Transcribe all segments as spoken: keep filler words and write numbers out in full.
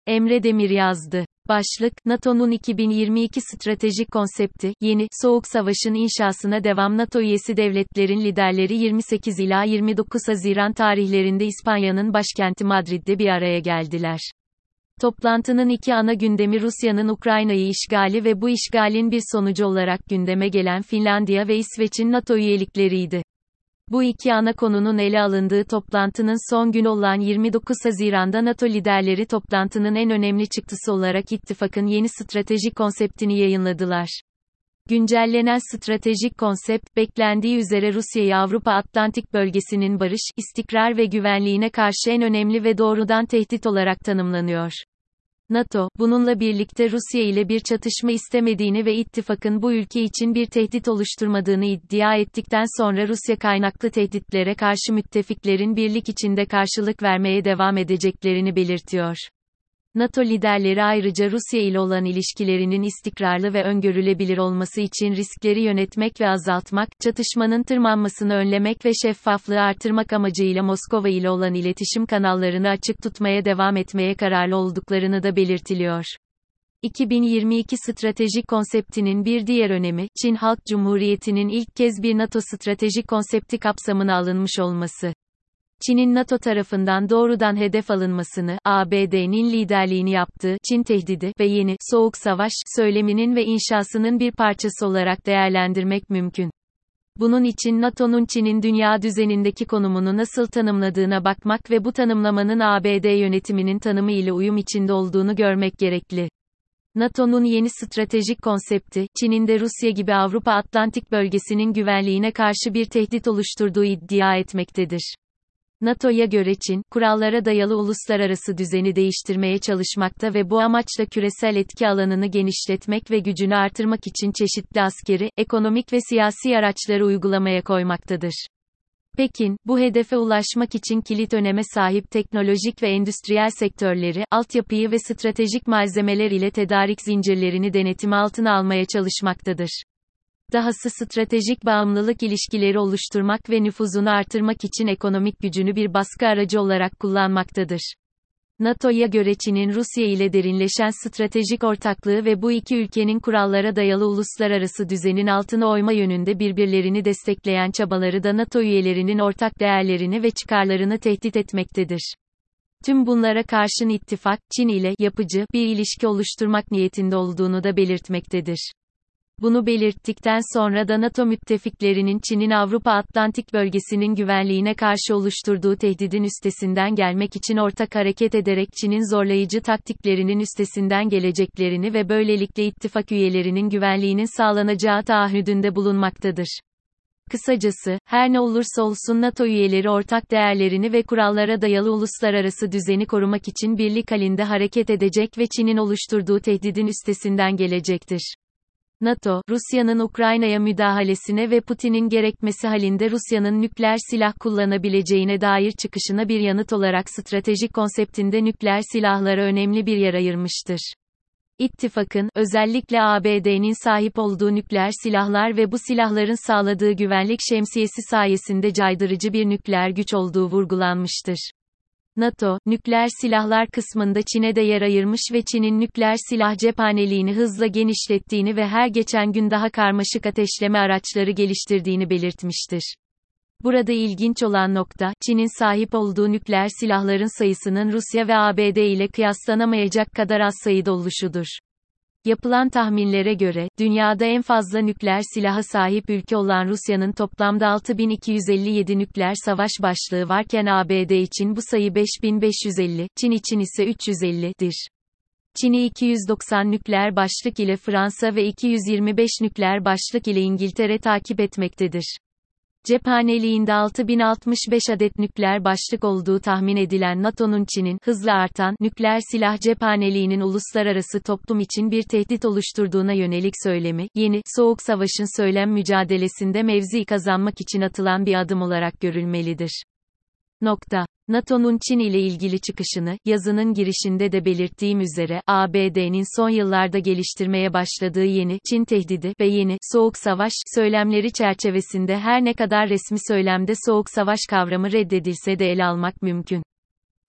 Emre Demir yazdı. Başlık, NATO'nun iki bin yirmi iki stratejik konsepti, yeni, Soğuk Savaş'ın inşasına devam. NATO üyesi devletlerin liderleri yirmi sekiz ila yirmi dokuz Haziran tarihlerinde İspanya'nın başkenti Madrid'de bir araya geldiler. Toplantının iki ana gündemi Rusya'nın Ukrayna'yı işgali ve bu işgalin bir sonucu olarak gündeme gelen Finlandiya ve İsveç'in NATO üyelikleriydi. Bu iki ana konunun ele alındığı toplantının son günü olan yirmi dokuz Haziran'da NATO liderleri toplantının en önemli çıktısı olarak ittifakın yeni stratejik konseptini yayınladılar. Güncellenen stratejik konsept, beklendiği üzere Rusya'yı Avrupa-Atlantik bölgesinin barış, istikrar ve güvenliğine karşı en önemli ve doğrudan tehdit olarak tanımlanıyor. NATO, bununla birlikte Rusya ile bir çatışma istemediğini ve ittifakın bu ülke için bir tehdit oluşturmadığını iddia ettikten sonra Rusya kaynaklı tehditlere karşı müttefiklerin birlik içinde karşılık vermeye devam edeceklerini belirtiyor. NATO liderleri ayrıca Rusya ile olan ilişkilerinin istikrarlı ve öngörülebilir olması için riskleri yönetmek ve azaltmak, çatışmanın tırmanmasını önlemek ve şeffaflığı artırmak amacıyla Moskova ile olan iletişim kanallarını açık tutmaya devam etmeye kararlı olduklarını da belirtiliyor. iki bin yirmi iki stratejik konseptinin bir diğer önemi, Çin Halk Cumhuriyeti'nin ilk kez bir NATO stratejik konsepti kapsamına alınmış olması. Çin'in NATO tarafından doğrudan hedef alınmasını, A B D'nin liderliğini yaptığı Çin tehdidi ve yeni Soğuk Savaş söyleminin ve inşasının bir parçası olarak değerlendirmek mümkün. Bunun için NATO'nun Çin'in dünya düzenindeki konumunu nasıl tanımladığına bakmak ve bu tanımlamanın A B D yönetiminin tanımı ile uyum içinde olduğunu görmek gerekli. NATO'nun yeni stratejik konsepti, Çin'in de Rusya gibi Avrupa-Atlantik bölgesinin güvenliğine karşı bir tehdit oluşturduğu iddia etmektedir. NATO'ya göre Çin, kurallara dayalı uluslararası düzeni değiştirmeye çalışmakta ve bu amaçla küresel etki alanını genişletmek ve gücünü artırmak için çeşitli askeri, ekonomik ve siyasi araçları uygulamaya koymaktadır. Pekin, bu hedefe ulaşmak için kilit öneme sahip teknolojik ve endüstriyel sektörleri, altyapıyı ve stratejik malzemeler ile tedarik zincirlerini denetimi altına almaya çalışmaktadır. Dahası stratejik bağımlılık ilişkileri oluşturmak ve nüfuzunu artırmak için ekonomik gücünü bir baskı aracı olarak kullanmaktadır. NATO'ya göre Çin'in Rusya ile derinleşen stratejik ortaklığı ve bu iki ülkenin kurallara dayalı uluslararası düzenin altına oyma yönünde birbirlerini destekleyen çabaları da NATO üyelerinin ortak değerlerini ve çıkarlarını tehdit etmektedir. Tüm bunlara karşın ittifak, Çin ile yapıcı bir ilişki oluşturmak niyetinde olduğunu da belirtmektedir. Bunu belirttikten sonra da NATO müttefiklerinin Çin'in Avrupa-Atlantik bölgesinin güvenliğine karşı oluşturduğu tehdidin üstesinden gelmek için ortak hareket ederek Çin'in zorlayıcı taktiklerinin üstesinden geleceklerini ve böylelikle ittifak üyelerinin güvenliğinin sağlanacağı taahhüdünde bulunmaktadır. Kısacası, her ne olursa olsun NATO üyeleri ortak değerlerini ve kurallara dayalı uluslararası düzeni korumak için birlik halinde hareket edecek ve Çin'in oluşturduğu tehdidin üstesinden gelecektir. NATO, Rusya'nın Ukrayna'ya müdahalesine ve Putin'in gerekmesi halinde Rusya'nın nükleer silah kullanabileceğine dair çıkışına bir yanıt olarak stratejik konseptinde nükleer silahlara önemli bir yer ayırmıştır. İttifakın, özellikle A B D'nin sahip olduğu nükleer silahlar ve bu silahların sağladığı güvenlik şemsiyesi sayesinde caydırıcı bir nükleer güç olduğu vurgulanmıştır. NATO, nükleer silahlar kısmında Çin'e de yer ayırmış ve Çin'in nükleer silah cephaneliğini hızla genişlettiğini ve her geçen gün daha karmaşık ateşleme araçları geliştirdiğini belirtmiştir. Burada ilginç olan nokta, Çin'in sahip olduğu nükleer silahların sayısının Rusya ve A B D ile kıyaslanamayacak kadar az sayıda oluşudur. Yapılan tahminlere göre, dünyada en fazla nükleer silaha sahip ülke olan Rusya'nın toplamda altı bin iki yüz elli yedi nükleer savaş başlığı varken A B D için bu sayı beş bin beş yüz elli, Çin için ise üç yüz elli'dir. Çin'i iki yüz doksan nükleer başlık ile Fransa ve iki yüz yirmi beş nükleer başlık ile İngiltere takip etmektedir. Cephaneliğinde altı bin altmış beş adet nükleer başlık olduğu tahmin edilen NATO'nun Çin'in hızla artan nükleer silah cephaneliğinin uluslararası toplum için bir tehdit oluşturduğuna yönelik söylemi, yeni Soğuk Savaş'ın söylem mücadelesinde mevzi kazanmak için atılan bir adım olarak görülmelidir. Nokta. NATO'nun Çin ile ilgili çıkışını, yazının girişinde de belirttiğim üzere, A B D'nin son yıllarda geliştirmeye başladığı yeni Çin tehdidi ve yeni Soğuk Savaş söylemleri çerçevesinde her ne kadar resmi söylemde Soğuk Savaş kavramı reddedilse de ele almak mümkün.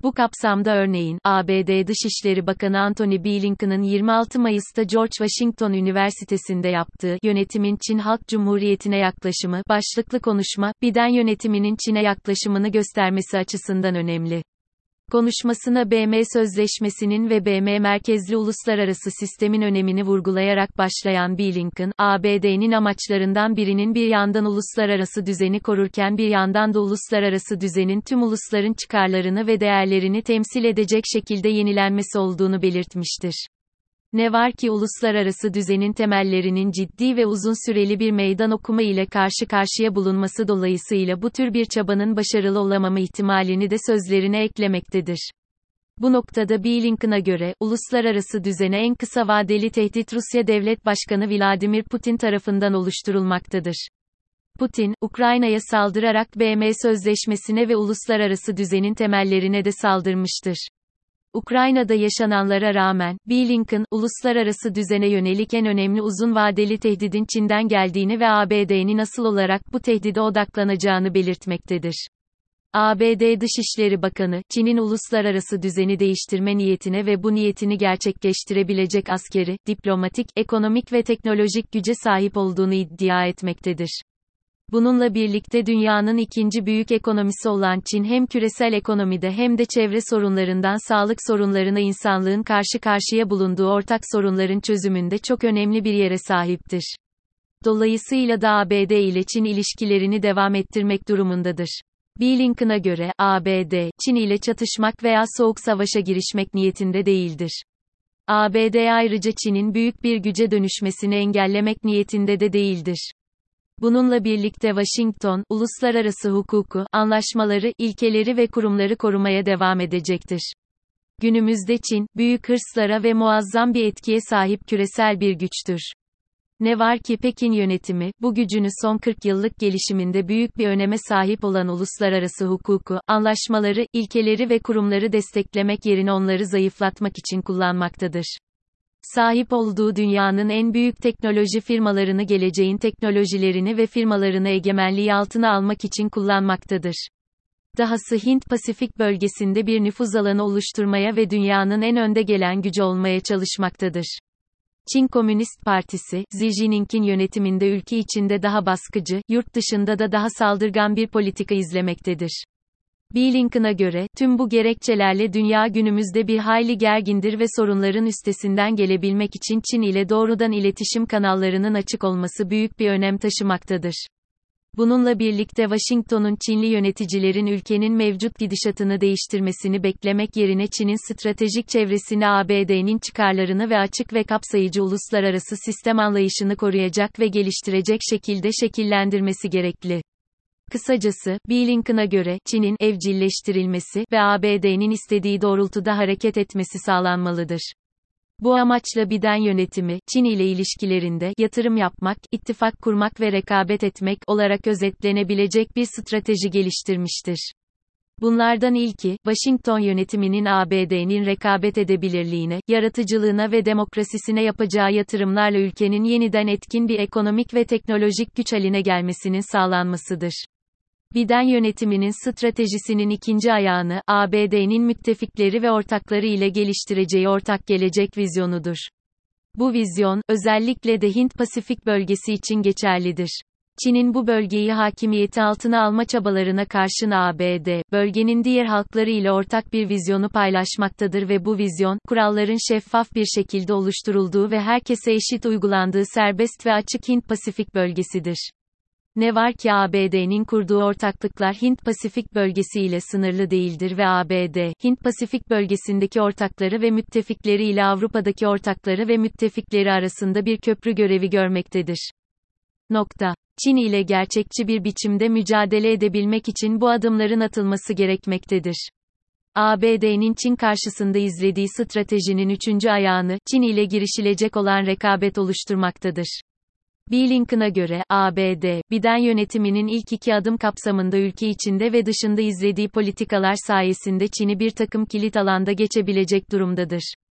Bu kapsamda örneğin, A B D Dışişleri Bakanı Antony Blinken'ın yirmi altı Mayıs'ta George Washington Üniversitesi'nde yaptığı "Yönetimin Çin Halk Cumhuriyeti'ne yaklaşımı" başlıklı konuşma, Biden yönetiminin Çin'e yaklaşımını göstermesi açısından önemli. Konuşmasına B M Sözleşmesi'nin ve B M merkezli uluslararası sistemin önemini vurgulayarak başlayan Blinken, A B D'nin amaçlarından birinin bir yandan uluslararası düzeni korurken bir yandan da uluslararası düzenin tüm ulusların çıkarlarını ve değerlerini temsil edecek şekilde yenilenmesi olduğunu belirtmiştir. Ne var ki uluslararası düzenin temellerinin ciddi ve uzun süreli bir meydan okuma ile karşı karşıya bulunması dolayısıyla bu tür bir çabanın başarılı olamama ihtimalini de sözlerine eklemektedir. Bu noktada Blinken'a göre, uluslararası düzene en kısa vadeli tehdit Rusya Devlet Başkanı Vladimir Putin tarafından oluşturulmaktadır. Putin, Ukrayna'ya saldırarak B M Sözleşmesi'ne ve uluslararası düzenin temellerine de saldırmıştır. Ukrayna'da yaşananlara rağmen, Blinken, uluslararası düzene yönelik en önemli uzun vadeli tehdidin Çin'den geldiğini ve A B D'nin asıl olarak bu tehdide odaklanacağını belirtmektedir. A B D Dışişleri Bakanı, Çin'in uluslararası düzeni değiştirme niyetine ve bu niyetini gerçekleştirebilecek askeri, diplomatik, ekonomik ve teknolojik güce sahip olduğunu iddia etmektedir. Bununla birlikte dünyanın ikinci büyük ekonomisi olan Çin hem küresel ekonomide hem de çevre sorunlarından sağlık sorunlarına insanlığın karşı karşıya bulunduğu ortak sorunların çözümünde çok önemli bir yere sahiptir. Dolayısıyla da A B D ile Çin ilişkilerini devam ettirmek durumundadır. Blinken'a göre, A B D, Çin ile çatışmak veya soğuk savaşa girişmek niyetinde değildir. A B D ayrıca Çin'in büyük bir güce dönüşmesini engellemek niyetinde de değildir. Bununla birlikte Washington, uluslararası hukuku, anlaşmaları, ilkeleri ve kurumları korumaya devam edecektir. Günümüzde Çin, büyük hırslara ve muazzam bir etkiye sahip küresel bir güçtür. Ne var ki Pekin yönetimi, bu gücünü son kırk yıllık gelişiminde büyük bir öneme sahip olan uluslararası hukuku, anlaşmaları, ilkeleri ve kurumları desteklemek yerine onları zayıflatmak için kullanmaktadır. Sahip olduğu dünyanın en büyük teknoloji firmalarını geleceğin teknolojilerini ve firmalarını egemenliği altına almak için kullanmaktadır. Dahası Hint-Pasifik bölgesinde bir nüfuz alanı oluşturmaya ve dünyanın en önde gelen gücü olmaya çalışmaktadır. Çin Komünist Partisi, Xi Jinping'in yönetiminde ülke içinde daha baskıcı, yurt dışında da daha saldırgan bir politika izlemektedir. Blinken'a göre, tüm bu gerekçelerle dünya günümüzde bir hayli gergindir ve sorunların üstesinden gelebilmek için Çin ile doğrudan iletişim kanallarının açık olması büyük bir önem taşımaktadır. Bununla birlikte Washington'un Çinli yöneticilerin ülkenin mevcut gidişatını değiştirmesini beklemek yerine Çin'in stratejik çevresini A B D'nin çıkarlarını ve açık ve kapsayıcı uluslararası sistem anlayışını koruyacak ve geliştirecek şekilde şekillendirmesi gerekli. Kısacası, Blinken'a göre, Çin'in evcilleştirilmesi ve A B D'nin istediği doğrultuda hareket etmesi sağlanmalıdır. Bu amaçla Biden yönetimi, Çin ile ilişkilerinde yatırım yapmak, ittifak kurmak ve rekabet etmek olarak özetlenebilecek bir strateji geliştirmiştir. Bunlardan ilki, Washington yönetiminin A B D'nin rekabet edebilirliğine, yaratıcılığına ve demokrasisine yapacağı yatırımlarla ülkenin yeniden etkin bir ekonomik ve teknolojik güç haline gelmesinin sağlanmasıdır. Biden yönetiminin stratejisinin ikinci ayağını, A B D'nin müttefikleri ve ortakları ile geliştireceği ortak gelecek vizyonudur. Bu vizyon, özellikle de Hint-Pasifik bölgesi için geçerlidir. Çin'in bu bölgeyi hakimiyeti altına alma çabalarına karşın A B D, bölgenin diğer halkları ile ortak bir vizyonu paylaşmaktadır ve bu vizyon, kuralların şeffaf bir şekilde oluşturulduğu ve herkese eşit uygulandığı serbest ve açık Hint-Pasifik bölgesidir. Ne var ki A B D'nin kurduğu ortaklıklar Hint-Pasifik bölgesi ile sınırlı değildir ve A B D, Hint-Pasifik bölgesindeki ortakları ve müttefikleri ile Avrupa'daki ortakları ve müttefikleri arasında bir köprü görevi görmektedir. Nokta. Çin ile gerçekçi bir biçimde mücadele edebilmek için bu adımların atılması gerekmektedir. A B D'nin Çin karşısında izlediği stratejinin üçüncü ayağını, Çin ile girişilecek olan rekabet oluşturmaktadır. Blinken'a göre, A B D, Biden yönetiminin ilk iki adım kapsamında ülke içinde ve dışında izlediği politikalar sayesinde Çin'i bir takım kilit alanda geçebilecek durumdadır.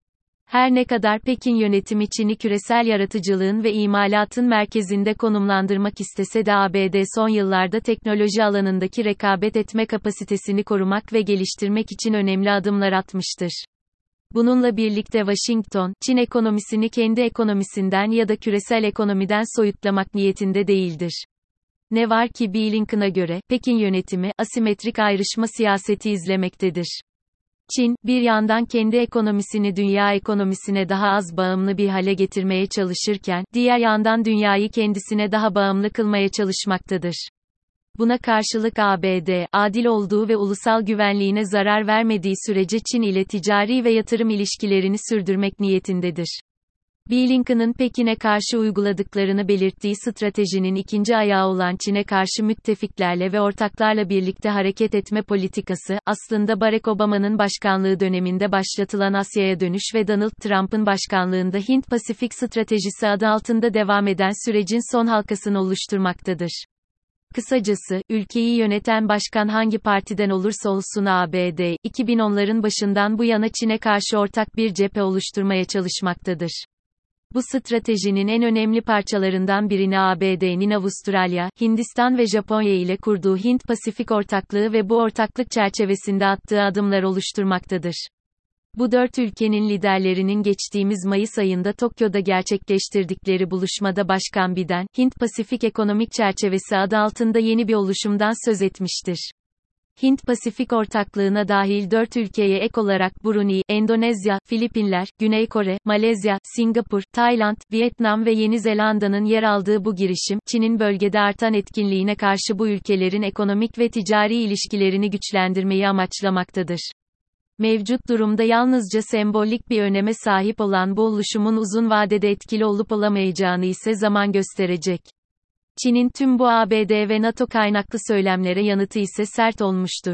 Her ne kadar Pekin yönetimi Çin'i küresel yaratıcılığın ve imalatın merkezinde konumlandırmak istese de A B D son yıllarda teknoloji alanındaki rekabet etme kapasitesini korumak ve geliştirmek için önemli adımlar atmıştır. Bununla birlikte Washington, Çin ekonomisini kendi ekonomisinden ya da küresel ekonomiden soyutlamak niyetinde değildir. Ne var ki Blinken'a göre, Pekin yönetimi, asimetrik ayrışma siyaseti izlemektedir. Çin, bir yandan kendi ekonomisini dünya ekonomisine daha az bağımlı bir hale getirmeye çalışırken, diğer yandan dünyayı kendisine daha bağımlı kılmaya çalışmaktadır. Buna karşılık A B D, adil olduğu ve ulusal güvenliğine zarar vermediği sürece Çin ile ticari ve yatırım ilişkilerini sürdürmek niyetindedir. Blinken'ın Pekin'e karşı uyguladıklarını belirttiği stratejinin ikinci ayağı olan Çin'e karşı müttefiklerle ve ortaklarla birlikte hareket etme politikası, aslında Barack Obama'nın başkanlığı döneminde başlatılan Asya'ya dönüş ve Donald Trump'ın başkanlığında Hint-Pasifik stratejisi adı altında devam eden sürecin son halkasını oluşturmaktadır. Kısacası, ülkeyi yöneten başkan hangi partiden olursa olsun A B D, iki bin onların başından bu yana Çin'e karşı ortak bir cephe oluşturmaya çalışmaktadır. Bu stratejinin en önemli parçalarından birini A B D'nin Avustralya, Hindistan ve Japonya ile kurduğu Hint-Pasifik ortaklığı ve bu ortaklık çerçevesinde attığı adımlar oluşturmaktadır. Bu dört ülkenin liderlerinin geçtiğimiz Mayıs ayında Tokyo'da gerçekleştirdikleri buluşmada Başkan Biden, Hint-Pasifik Ekonomik Çerçevesi adı altında yeni bir oluşumdan söz etmiştir. Hint-Pasifik ortaklığına dahil dört ülkeye ek olarak Brunei, Endonezya, Filipinler, Güney Kore, Malezya, Singapur, Tayland, Vietnam ve Yeni Zelanda'nın yer aldığı bu girişim, Çin'in bölgede artan etkinliğine karşı bu ülkelerin ekonomik ve ticari ilişkilerini güçlendirmeyi amaçlamaktadır. Mevcut durumda yalnızca sembolik bir öneme sahip olan bu oluşumun uzun vadede etkili olup olamayacağını ise zaman gösterecek. Çin'in tüm bu A B D ve NATO kaynaklı söylemlere yanıtı ise sert olmuştur.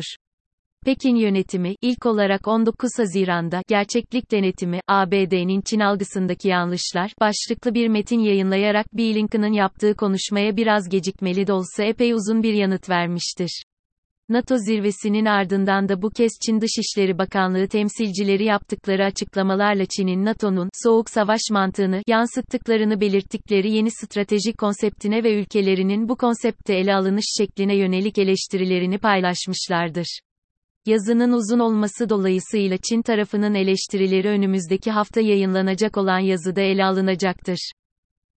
Pekin yönetimi, ilk olarak on dokuz Haziran'da, Gerçeklik Denetimi, A B D'nin Çin algısındaki yanlışlar, başlıklı bir metin yayınlayarak Blinken'ın yaptığı konuşmaya biraz gecikmeli de olsa epey uzun bir yanıt vermiştir. NATO zirvesinin ardından da bu kez Çin Dışişleri Bakanlığı temsilcileri yaptıkları açıklamalarla Çin'in NATO'nun soğuk savaş mantığını yansıttıklarını belirttikleri yeni stratejik konseptine ve ülkelerinin bu konsepte ele alınış şekline yönelik eleştirilerini paylaşmışlardır. Yazının uzun olması dolayısıyla Çin tarafının eleştirileri önümüzdeki hafta yayınlanacak olan yazıda ele alınacaktır.